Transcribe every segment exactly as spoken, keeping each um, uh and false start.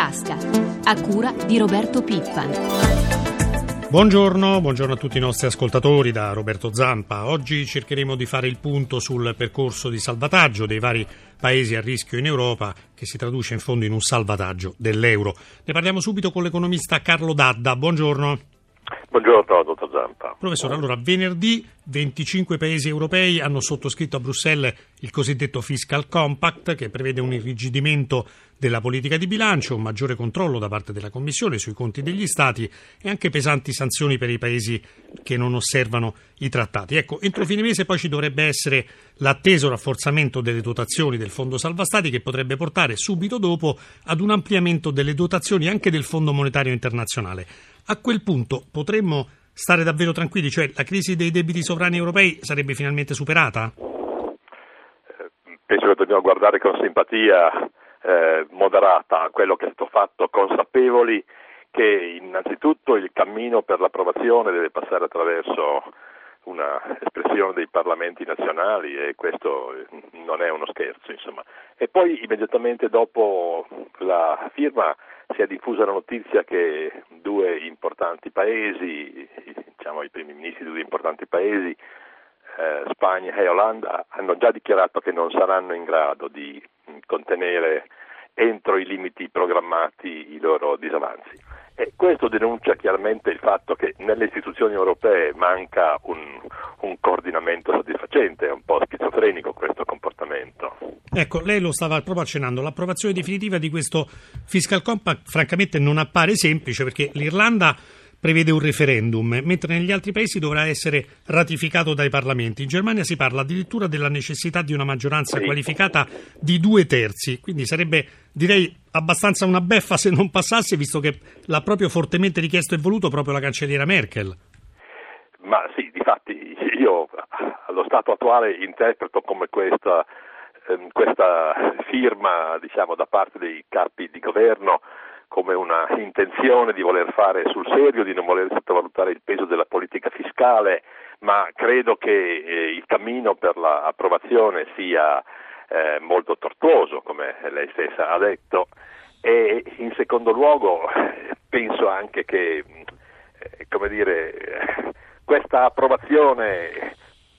tasca, a cura di Roberto Pippan. Buongiorno, buongiorno a tutti i nostri ascoltatori da Roberto Zampa. Oggi cercheremo di fare il punto sul percorso di salvataggio dei vari paesi a rischio in Europa, che si traduce in fondo in un salvataggio dell'euro. Ne parliamo subito con l'economista Carlo Dadda. Buongiorno. Buongiorno, dottor Zampa. Professore, allora, venerdì venticinque paesi europei hanno sottoscritto a Bruxelles il cosiddetto Fiscal Compact, che prevede un irrigidimento della politica di bilancio, un maggiore controllo da parte della Commissione sui conti degli Stati e anche pesanti sanzioni per i paesi che non osservano i trattati. Ecco, entro fine mese poi ci dovrebbe essere l'atteso rafforzamento delle dotazioni del Fondo Salva Stati, che potrebbe portare subito dopo ad un ampliamento delle dotazioni anche del Fondo Monetario Internazionale. A quel punto potremmo stare davvero tranquilli, cioè la crisi dei debiti sovrani europei sarebbe finalmente superata? Penso che dobbiamo guardare con simpatia eh, moderata a quello che è stato fatto, consapevoli che innanzitutto il cammino per l'approvazione deve passare attraverso una espressione dei parlamenti nazionali, e questo non è uno scherzo, insomma. E poi immediatamente dopo la firma si è diffusa la notizia che due importanti paesi, diciamo i primi ministri di due importanti paesi, eh, Spagna e Olanda, hanno già dichiarato che non saranno in grado di contenere entro i limiti programmati i loro disavanzi. E questo denuncia chiaramente il fatto che nelle istituzioni europee manca un, un coordinamento soddisfacente, è un po' schizofrenico questo comportamento. Ecco, lei lo stava proprio accennando, l'approvazione definitiva di questo Fiscal Compact francamente non appare semplice, perché l'Irlanda prevede un referendum, mentre negli altri paesi dovrà essere ratificato dai parlamenti. In Germania si parla addirittura della necessità di una maggioranza sì. qualificata di due terzi, quindi sarebbe, direi, abbastanza una beffa se non passasse, visto che l'ha proprio fortemente richiesto e voluto proprio la cancelliera Merkel. Ma sì, difatti io allo stato attuale interpreto come questa, ehm, questa firma, diciamo, da parte dei capi di governo come una intenzione di voler fare sul serio, di non voler sottovalutare il peso della politica fiscale, ma credo che eh, il cammino per l'approvazione sia eh, molto tortuoso, come lei stessa ha detto, e in secondo luogo penso anche che, eh, come dire, questa approvazione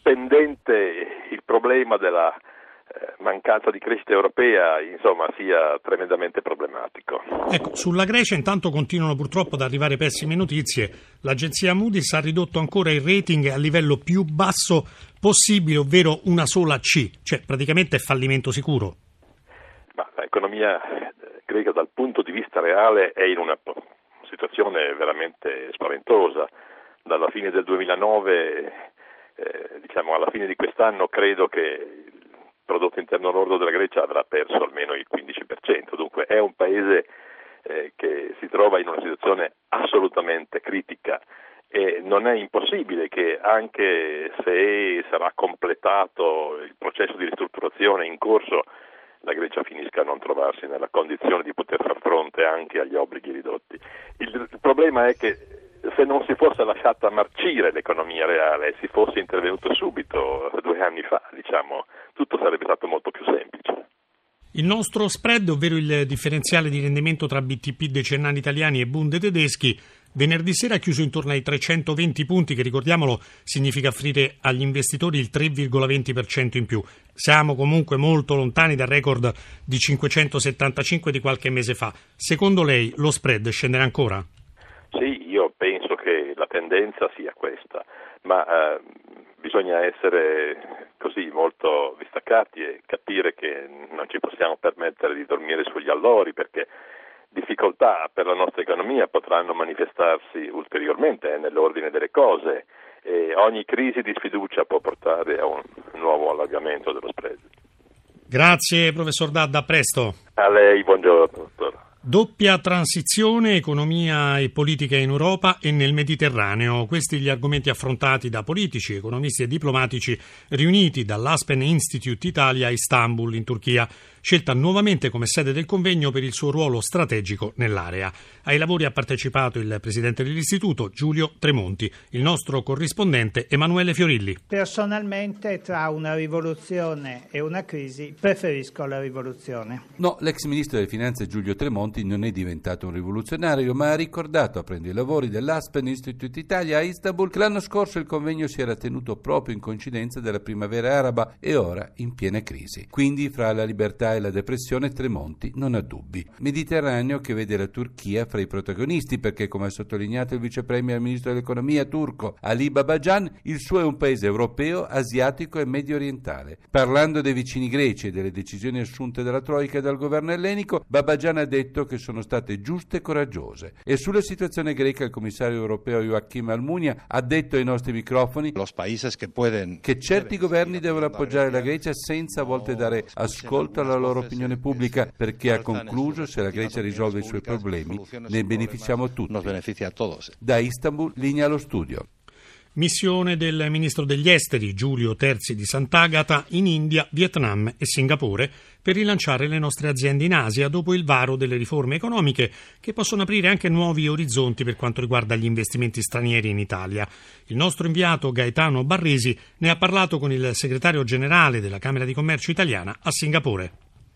pendente il problema della mancanza di crescita europea, insomma, sia tremendamente problematico. Ecco, sulla Grecia intanto continuano purtroppo ad arrivare pessime notizie. L'agenzia Moody's ha ridotto ancora il rating al livello più basso possibile, ovvero una sola C, cioè praticamente è fallimento sicuro. Ma l'economia greca dal punto di vista reale è in una situazione veramente spaventosa. Dalla fine del duemilanove, eh, diciamo alla fine di quest'anno, credo che il prodotto interno lordo della Grecia avrà perso almeno il quindici per cento, dunque è un paese eh, che si trova in una situazione assolutamente critica, e non è impossibile che, anche se sarà completato il processo di ristrutturazione in corso, la Grecia finisca a non trovarsi nella condizione di poter far fronte anche agli obblighi ridotti. Il, il problema è che se non si fosse lasciata marcire l'economia reale, si fosse intervenuto subito due anni fa, diciamo, tutto sarebbe stato molto più semplice. Il nostro spread, ovvero il differenziale di rendimento tra B T P decennali italiani e Bund tedeschi, venerdì sera ha chiuso intorno ai trecentoventi punti, che, ricordiamolo, significa offrire agli investitori il tre virgola venti per cento in più. Siamo comunque molto lontani dal record di cinquecentosettantacinque di qualche mese fa. Secondo lei lo spread scenderà ancora? Sì, io penso che la tendenza sia questa, ma eh, bisogna essere così molto distaccati e capire che non ci possiamo permettere di dormire sugli allori, perché difficoltà per la nostra economia potranno manifestarsi ulteriormente eh, nell'ordine delle cose, e ogni crisi di sfiducia può portare a un nuovo allargamento dello spread. Grazie professor Dadda, a presto. A lei, buongiorno dottore. Doppia transizione, economia e politica in Europa e nel Mediterraneo. Questi gli argomenti affrontati da politici, economisti e diplomatici riuniti dall'Aspen Institute Italia a Istanbul, in Turchia, scelta nuovamente come sede del convegno per il suo ruolo strategico nell'area. Ai lavori ha partecipato il presidente dell'istituto, Giulio Tremonti, il nostro corrispondente Emanuele Fiorilli. Personalmente, tra una rivoluzione e una crisi, preferisco la rivoluzione. No, l'ex ministro delle Finanze Giulio Tremonti Tremonti non è diventato un rivoluzionario, ma ha ricordato, aprendo i lavori dell'Aspen Institute Italia a Istanbul, che l'anno scorso il convegno si era tenuto proprio in coincidenza della primavera araba e ora in piena crisi. Quindi fra la libertà e la depressione Tremonti non ha dubbi. Mediterraneo che vede la Turchia fra i protagonisti perché, come ha sottolineato il vice premier e ministro dell'economia turco Ali Babacan, il suo è un paese europeo, asiatico e medio orientale. Parlando dei vicini greci e delle decisioni assunte dalla Troika e dal governo ellenico, Babacan ha detto che sono state giuste e coraggiose. E sulla situazione greca il commissario europeo Joachim Almunia ha detto ai nostri microfoni che certi governi devono appoggiare la Grecia senza a volte dare ascolto alla loro opinione pubblica, perché ha concluso: se la Grecia risolve i suoi problemi ne beneficiamo tutti. Da Istanbul, linea allo studio. Missione del ministro degli esteri Giulio Terzi di Sant'Agata in India, Vietnam e Singapore per rilanciare le nostre aziende in Asia dopo il varo delle riforme economiche che possono aprire anche nuovi orizzonti per quanto riguarda gli investimenti stranieri in Italia. Il nostro inviato Gaetano Barresi ne ha parlato con il segretario generale della Camera di Commercio italiana a Singapore.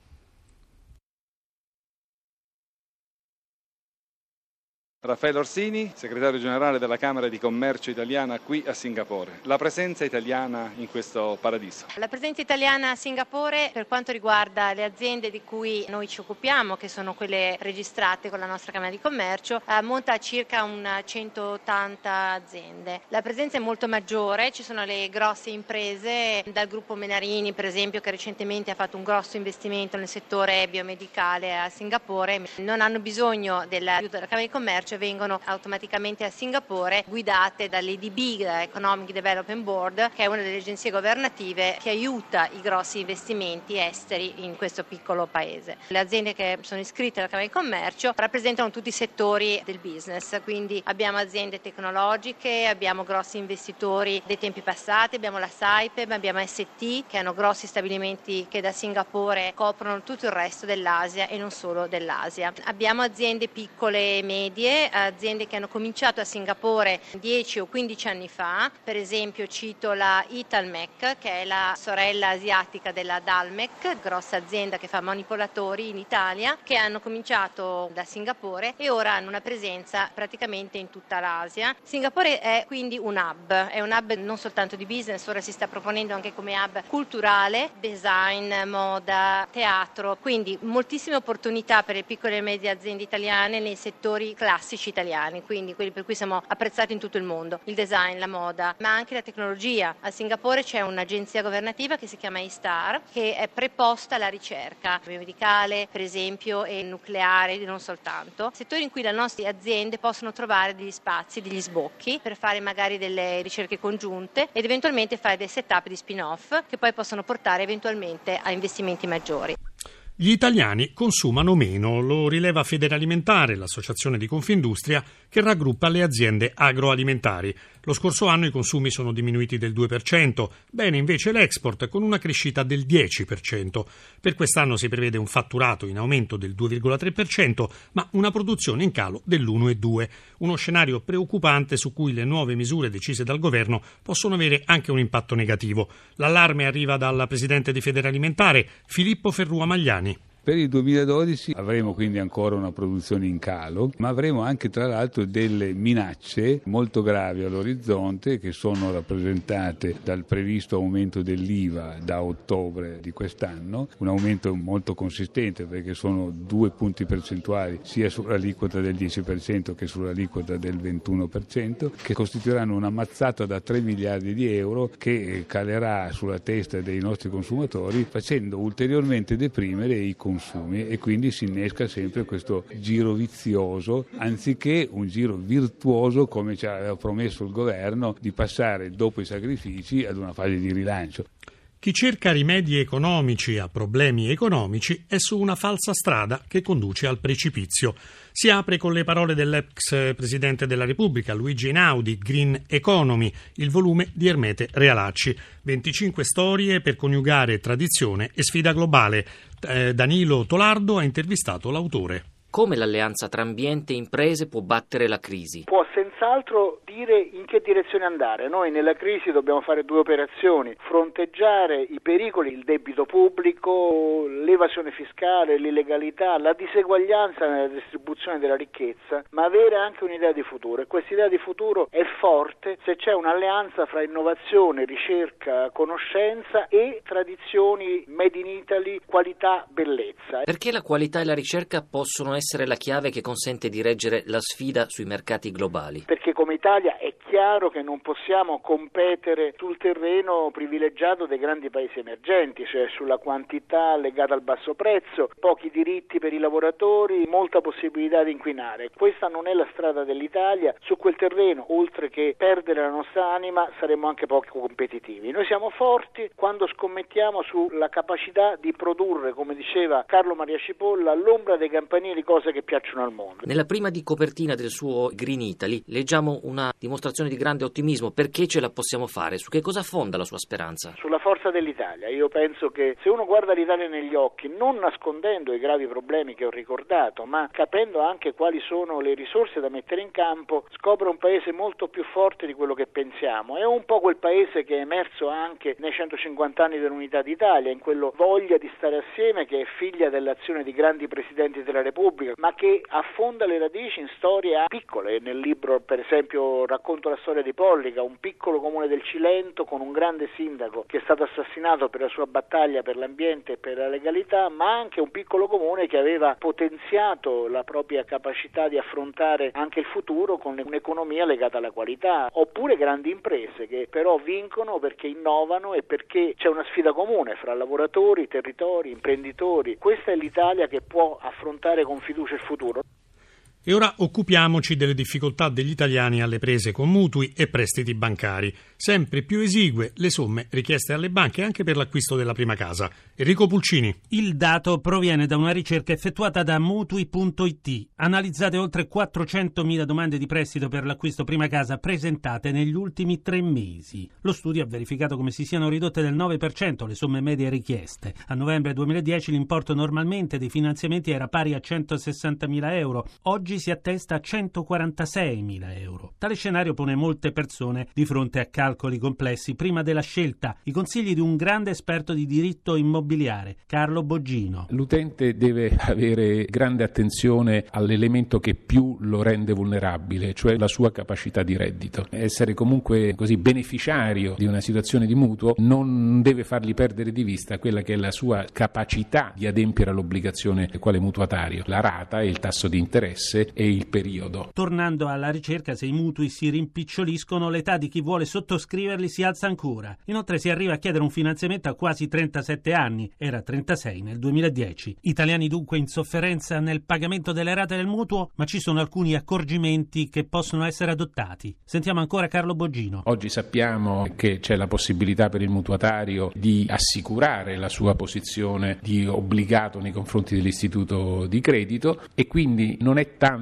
Raffaele Orsini, segretario generale della Camera di Commercio italiana qui a Singapore. La presenza italiana in questo paradiso. La presenza italiana a Singapore per quanto riguarda le aziende di cui noi ci occupiamo, che sono quelle registrate con la nostra Camera di Commercio, ammonta a circa un centottanta aziende. La presenza è molto maggiore, ci sono le grosse imprese dal gruppo Menarini per esempio, che recentemente ha fatto un grosso investimento nel settore biomedicale a Singapore. Non hanno bisogno dell'aiuto della Camera di Commercio, vengono automaticamente a Singapore guidate dall'E D B, Economic Development Board, che è una delle agenzie governative che aiuta i grossi investimenti esteri in questo piccolo paese. Le aziende che sono iscritte alla Camera di Commercio rappresentano tutti i settori del business, quindi abbiamo aziende tecnologiche, abbiamo grossi investitori dei tempi passati, abbiamo la Saipem, abbiamo S T che hanno grossi stabilimenti che da Singapore coprono tutto il resto dell'Asia e non solo dell'Asia. Abbiamo aziende piccole e medie, aziende che hanno cominciato a Singapore dieci o quindici anni fa, per esempio cito la Italmec, che è la sorella asiatica della Dalmec, grossa azienda che fa manipolatori in Italia, che hanno cominciato da Singapore e ora hanno una presenza praticamente in tutta l'Asia. Singapore è quindi un hub, è un hub non soltanto di business, ora si sta proponendo anche come hub culturale, design, moda, teatro, quindi moltissime opportunità per le piccole e medie aziende italiane nei settori classici italiani, quindi quelli per cui siamo apprezzati in tutto il mondo, il design, la moda, ma anche la tecnologia. A Singapore c'è un'agenzia governativa che si chiama I-Star, che è preposta alla ricerca biomedicale, per esempio, e nucleare, non soltanto, settori in cui le nostre aziende possono trovare degli spazi, degli sbocchi per fare magari delle ricerche congiunte ed eventualmente fare dei setup di spin-off che poi possono portare eventualmente a investimenti maggiori. Gli italiani consumano meno, lo rileva Federalimentare, l'associazione di Confindustria che raggruppa le aziende agroalimentari. Lo scorso anno i consumi sono diminuiti del due per cento, bene invece l'export con una crescita del dieci per cento. Per quest'anno si prevede un fatturato in aumento del due virgola tre per cento, ma una produzione in calo dell'uno virgola due per cento. Uno scenario preoccupante su cui le nuove misure decise dal governo possono avere anche un impatto negativo. L'allarme arriva dal presidente di Federalimentare, Filippo Ferrua Magliani. Per il duemiladodici avremo quindi ancora una produzione in calo, ma avremo anche tra l'altro delle minacce molto gravi all'orizzonte che sono rappresentate dal previsto aumento dell'I V A da ottobre di quest'anno, un aumento molto consistente perché sono due punti percentuali sia sull'aliquota del dieci per cento che sull'aliquota del ventuno per cento, che costituiranno una mazzata da tre miliardi di euro che calerà sulla testa dei nostri consumatori facendo ulteriormente deprimere i consumi. consumi e quindi si innesca sempre questo giro vizioso anziché un giro virtuoso come ci aveva promesso il governo di passare dopo i sacrifici ad una fase di rilancio. Chi cerca rimedi economici a problemi economici è su una falsa strada che conduce al precipizio. Si apre con le parole dell'ex Presidente della Repubblica, Luigi Einaudi, Green Economy, il volume di Ermete Realacci. venticinque storie per coniugare tradizione e sfida globale. Eh, Danilo Tolardo ha intervistato l'autore. come l'alleanza tra ambiente e imprese può battere la crisi. Può senz'altro dire in che direzione andare. Noi nella crisi dobbiamo fare due operazioni: fronteggiare i pericoli, il debito pubblico, l'evasione fiscale, l'illegalità, la diseguaglianza nella distribuzione della ricchezza, ma avere anche un'idea di futuro, e questa idea di futuro è forte se c'è un'alleanza fra innovazione, ricerca, conoscenza e tradizioni made in Italy, qualità, bellezza. Perché la qualità e la ricerca possono essere la chiave che consente di reggere la sfida sui mercati globali? Perché come Italia è chiaro che non possiamo competere sul terreno privilegiato dei grandi paesi emergenti, cioè sulla quantità legata al basso prezzo, pochi diritti per i lavoratori, molta possibilità di inquinare. Questa non è la strada dell'Italia. Su quel terreno, oltre che perdere la nostra anima, saremo anche poco competitivi. Noi siamo forti quando scommettiamo sulla capacità di produrre, come diceva Carlo Maria Cipolla, all'ombra dei campanili cose che piacciono al mondo. Nella prima di copertina del suo Green Italy leggiamo una dimostrazione di grande ottimismo. Perché ce la possiamo fare? Su che cosa fonda la sua speranza? Sulla forza dell'Italia. Io penso che se uno guarda l'Italia negli occhi, non nascondendo i gravi problemi che ho ricordato, ma capendo anche quali sono le risorse da mettere in campo, scopre un paese molto più forte di quello che pensiamo. È un po' quel paese che è emerso anche nei centocinquanta anni dell'Unità d'Italia, in quello voglia di stare assieme che è figlia dell'azione di grandi presidenti della Repubblica, ma che affonda le radici in storie piccole. Nel libro, per esempio, racconto la storia di Pollica, un piccolo comune del Cilento con un grande sindaco che è stato assassinato per la sua battaglia per l'ambiente e per la legalità, ma anche un piccolo comune che aveva potenziato la propria capacità di affrontare anche il futuro con un'economia legata alla qualità. Oppure grandi imprese che però vincono perché innovano e perché c'è una sfida comune fra lavoratori, territori, imprenditori. Questa è l'Italia che può affrontare con fiducia il futuro. E ora occupiamoci delle difficoltà degli italiani alle prese con mutui e prestiti bancari. Sempre più esigue le somme richieste alle banche anche per l'acquisto della prima casa. Enrico Pulcini. Il dato proviene da una ricerca effettuata da mutui punto it. Analizzate oltre quattrocentomila domande di prestito per l'acquisto prima casa presentate negli ultimi tre mesi. Lo studio ha verificato come si siano ridotte del nove per cento le somme medie richieste. A novembre duemiladieci l'importo normalmente dei finanziamenti era pari a centosessantamila euro. Oggi si attesta a centoquarantaseimila euro. Tale scenario pone molte persone di fronte a calcoli complessi prima della scelta. I consigli di un grande esperto di diritto immobiliare, Carlo Boggino. L'utente deve avere grande attenzione all'elemento che più lo rende vulnerabile, cioè la sua capacità di reddito. Essere comunque così beneficiario di una situazione di mutuo non deve fargli perdere di vista quella che è la sua capacità di adempiere all'obbligazione quale mutuatario, la rata e il tasso di interesse e il periodo. Tornando alla ricerca, se i mutui si rimpiccioliscono, l'età di chi vuole sottoscriverli si alza ancora. Inoltre si arriva a chiedere un finanziamento a quasi trentasette anni, era trentasei nel duemiladieci. Italiani dunque in sofferenza nel pagamento delle rate del mutuo, ma ci sono alcuni accorgimenti che possono essere adottati. Sentiamo ancora Carlo Boggino. Oggi sappiamo che c'è la possibilità per il mutuatario di assicurare la sua posizione di obbligato nei confronti dell'istituto di credito e quindi non è tanto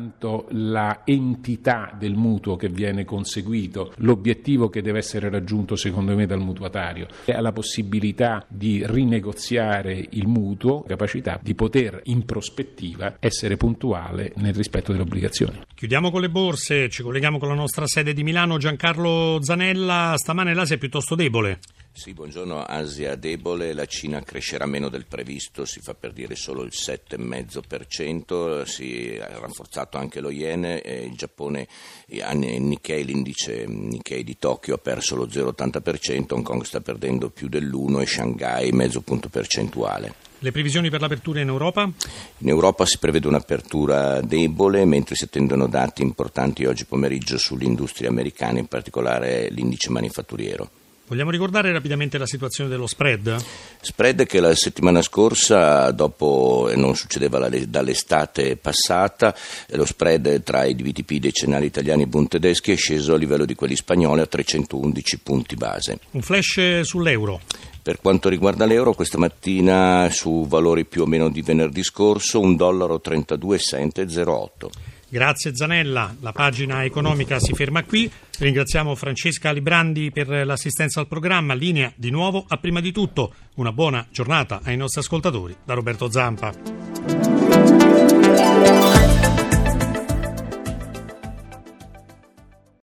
la entità del mutuo che viene conseguito l'obiettivo che deve essere raggiunto secondo me dal mutuatario, è la possibilità di rinegoziare il mutuo, capacità di poter in prospettiva essere puntuale nel rispetto delle obbligazioni. Chiudiamo con le borse, ci colleghiamo con la nostra sede di Milano. Giancarlo Zanella, stamane l'Asia è piuttosto debole. Sì, buongiorno. Asia debole, la Cina crescerà meno del previsto, si fa per dire solo il sette virgola cinque per cento, si è rafforzato anche lo yen, e il Giappone, il Nikkei, l'indice Nikkei di Tokyo ha perso lo zero virgola ottanta per cento, Hong Kong sta perdendo più dell'uno e Shanghai mezzo punto percentuale. Le previsioni per l'apertura in Europa? In Europa si prevede un'apertura debole, mentre si attendono dati importanti oggi pomeriggio sull'industria americana, in particolare l'indice manifatturiero. Vogliamo ricordare rapidamente la situazione dello spread? Spread che la settimana scorsa, dopo non succedeva dall'estate passata, lo spread tra i D V T P decennali italiani e Bund tedeschi è sceso a livello di quelli spagnoli a trecentoundici punti base. Un flash sull'euro. Per quanto riguarda l'euro, questa mattina su valori più o meno di venerdì scorso, un dollaro trentadue virgola zero otto. Grazie Zanella, la pagina economica si ferma qui. Ringraziamo Francesca Librandi per l'assistenza al programma. Linea di nuovo a Prima di Tutto. Una buona giornata ai nostri ascoltatori da Roberto Zampa.